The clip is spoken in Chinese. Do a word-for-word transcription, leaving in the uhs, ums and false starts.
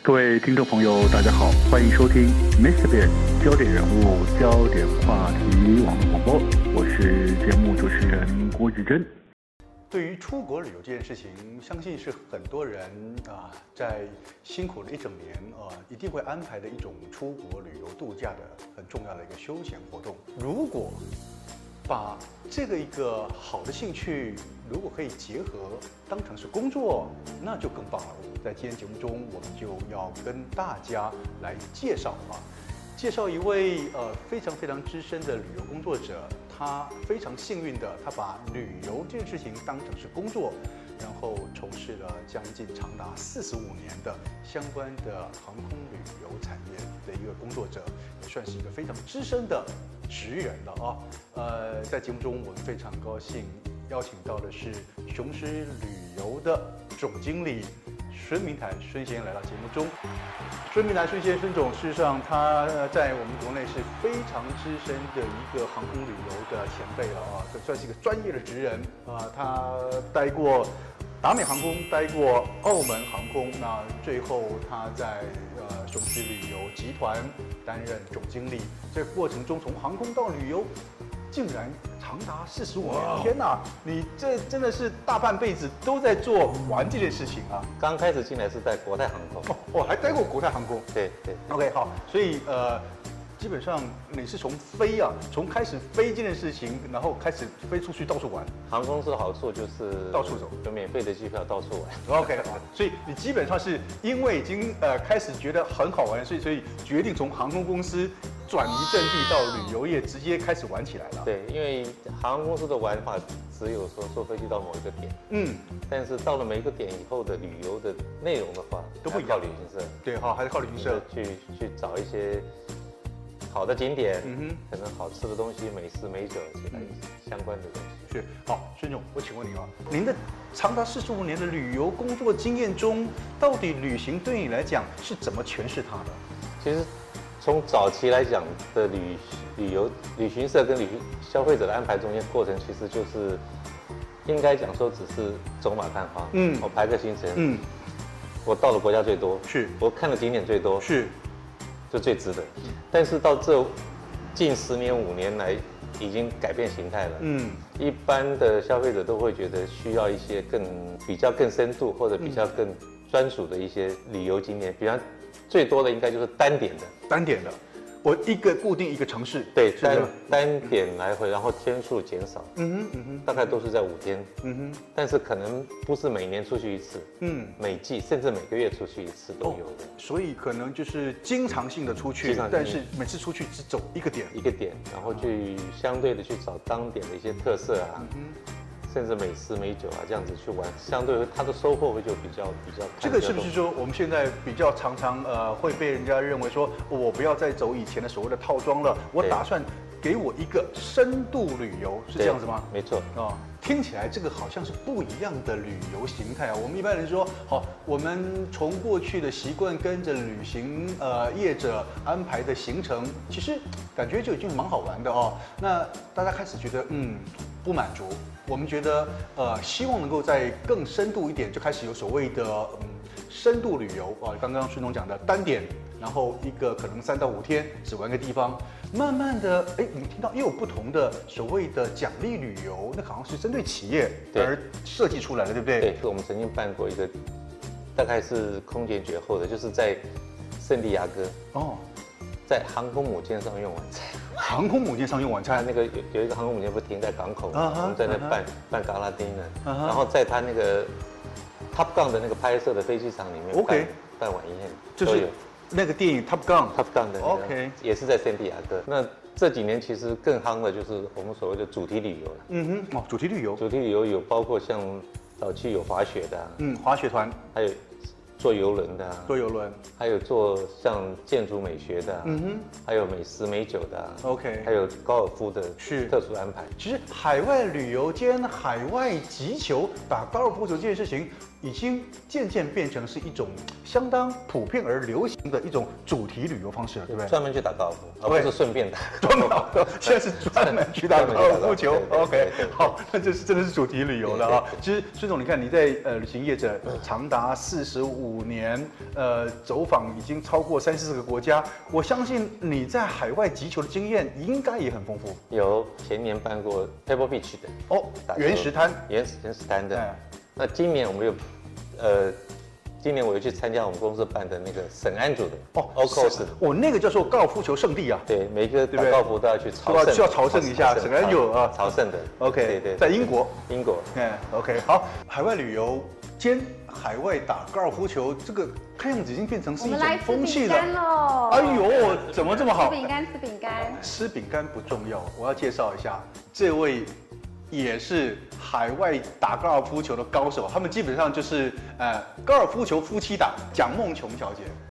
各位听众朋友，大家好，欢迎收听 Mister Big 焦点人物、焦点话题网络广播，我是节目主持人郭志珍。对于出国旅游这件事情，相信是很多人啊在辛苦了一整年啊，一定会安排的一种出国旅游度假的很重要的一个休闲活动。如果把这个一个好的兴趣，如果可以结合当成是工作，那就更棒了。在今天节目中，我们就要跟大家来介绍啊，介绍一位呃非常非常资深的旅游工作者，他非常幸运的，他把旅游这件事情当成是工作，然后从事了将近长达四十五年的相关的航空旅游产业的一个工作者，也算是一个非常资深的职人了啊。呃，在节目中，我们非常高兴邀请到的是雄狮旅游的总经理孙明台孙先生来到节目中。孙明台孙先生孙总，事实上他在我们国内是非常资深的一个航空旅游的前辈了啊，这算是一个专业的职人啊。他待过达美航空，待过澳门航空，那最后他在呃雄狮旅游集团担任总经理。这个过程中，从航空到旅游，竟然长达四十五年！天哪，你这真的是大半辈子都在做玩这件事情啊！ 刚开始进来是在国泰航空， 哦，还待过国泰航空。 对对。 OK， 好，所以呃，基本上你是从飞啊，从开始飞这件事情，然后开始飞出去到处玩。 航空公司的好处就是到处走， 有免费的机票到处玩。 OK， 好，所以你基本上是因为已经呃开始觉得很好玩，所以所以决定从航空公司转移阵地到旅游业，直接开始玩起来了。 对，因为航空公司的玩法只有说坐飞机到某一个点，嗯，但是到了每一个点以后的旅游的内容的话， 都不一样。 靠旅行社， 对，好，还是靠旅行社去去找一些好的景点，嗯哼，可能好吃的东西、美食美酒之类相关的东西。 是，好，孙总，我请问你啊，您的长达四十五年的旅游工作经验中，到底旅行对你来讲是怎么诠释它的？ 其实。从早期来讲的旅旅游旅行社跟旅行消费者的安排中间过程，其实就是应该讲说只是走马看花。嗯，我排个行程，嗯，我到的国家最多， 是我看的景点最多， 是就最值得。但是到这近十年五年来，已经改变形态了。嗯，一般的消费者都会觉得需要一些更比较更深度或者比较更专属的一些旅游景点，比方。最多的应该就是单点的， 单点的，我一个固定一个城市， 对，单单点来回，然后天数减少，嗯哼嗯哼，大概都是在五天，嗯哼，但是可能不是每年出去一次，嗯，每季甚至每个月出去一次都有的， 哦、所以可能就是经常性的出去，但是每次出去只走一个点， 一个点，然后去相对的去找当点的一些特色啊。嗯哼，甚至美食美酒啊，这样子去玩，相对它的收获会就比较比较。 这个是不是说我们现在比较常常呃会被人家认为说，我不要再走以前的所谓的套装了，我打算给我一个深度旅游，是这样子吗？ 没错啊，听起来这个好像是不一样的旅游形态啊。我们一般人说，好，我们从过去的习惯跟着旅行呃业者安排的行程，其实感觉就已经蛮好玩的哦。那大家开始觉得嗯不满足。我们觉得，呃，希望能够再更深度一点，就开始有所谓的嗯深度旅游啊。刚刚孙总讲的单点，然后一个可能三到五天只玩个地方，慢慢的，哎，我们听到又有不同的所谓的奖励旅游，那好像是针对企业而设计出来的，对不对？ 对，我们曾经办过一个，大概是空前绝后的，就是在圣地亚哥哦。在航空母舰上用晚餐， 航空母舰上用晚餐， 那个有有一个航空母舰不停在港口， uh-huh, 我们在那办、uh-huh. 办嘎拉丁呢， uh-huh. 然后在他那个 Top Gun 的那个拍摄的飞机场里面 ，OK， 办晚宴， 就是那个电影 Top Gun，Top Gun 的 ，OK， 也是在圣地亚哥。那这几年其实更夯的就是我们所谓的主题旅游了。 嗯哼，哦，主题旅游， 主题旅游有包括像早期有滑雪的、啊， 嗯，滑雪团， 还有。坐游轮的、啊， 坐游轮， 还有做像建筑美学的、啊，嗯哼，还有美食美酒的、啊、 ，OK， 还有高尔夫的，是特殊安排。 其实海外旅游兼海外击球、打高尔夫球这件事情， 已经渐渐变成是一种相当普遍而流行的一种主题旅游方式了，对不对？ 专门去打高尔夫，而不是顺便打。 专门现在是专门去打高尔夫球。OK， 好，那这是真的是主题旅游了啊。其实孙总，你看你在呃旅行业者长达四十五年，呃，走访已经超过三四十个国家，我相信你在海外击球的经验应该也很丰富。 有前年办过 Pebble Beach 的哦，原石滩， 原原石滩的。那今年我们有，呃，今年我又去参加我们公司办的那个沈安组的哦 ，O Course 的， 哦，那个叫做高尔夫球圣地啊。 对，每个打高尔夫都要去朝圣， 需要朝圣一下沈安有啊， 朝圣的。 OK， 对对，在英国， 英国。 嗯 ，OK， 好，海外旅游兼海外打高尔夫球，这个看样子已经变成是一种风气了。哎呦，怎么这么好？ 吃饼干，吃饼干。 吃饼干不重要，我要介绍一下这位。也是海外打高尔夫球的高手，他们基本上就是呃高尔夫球夫妻档蒋梦琼小姐。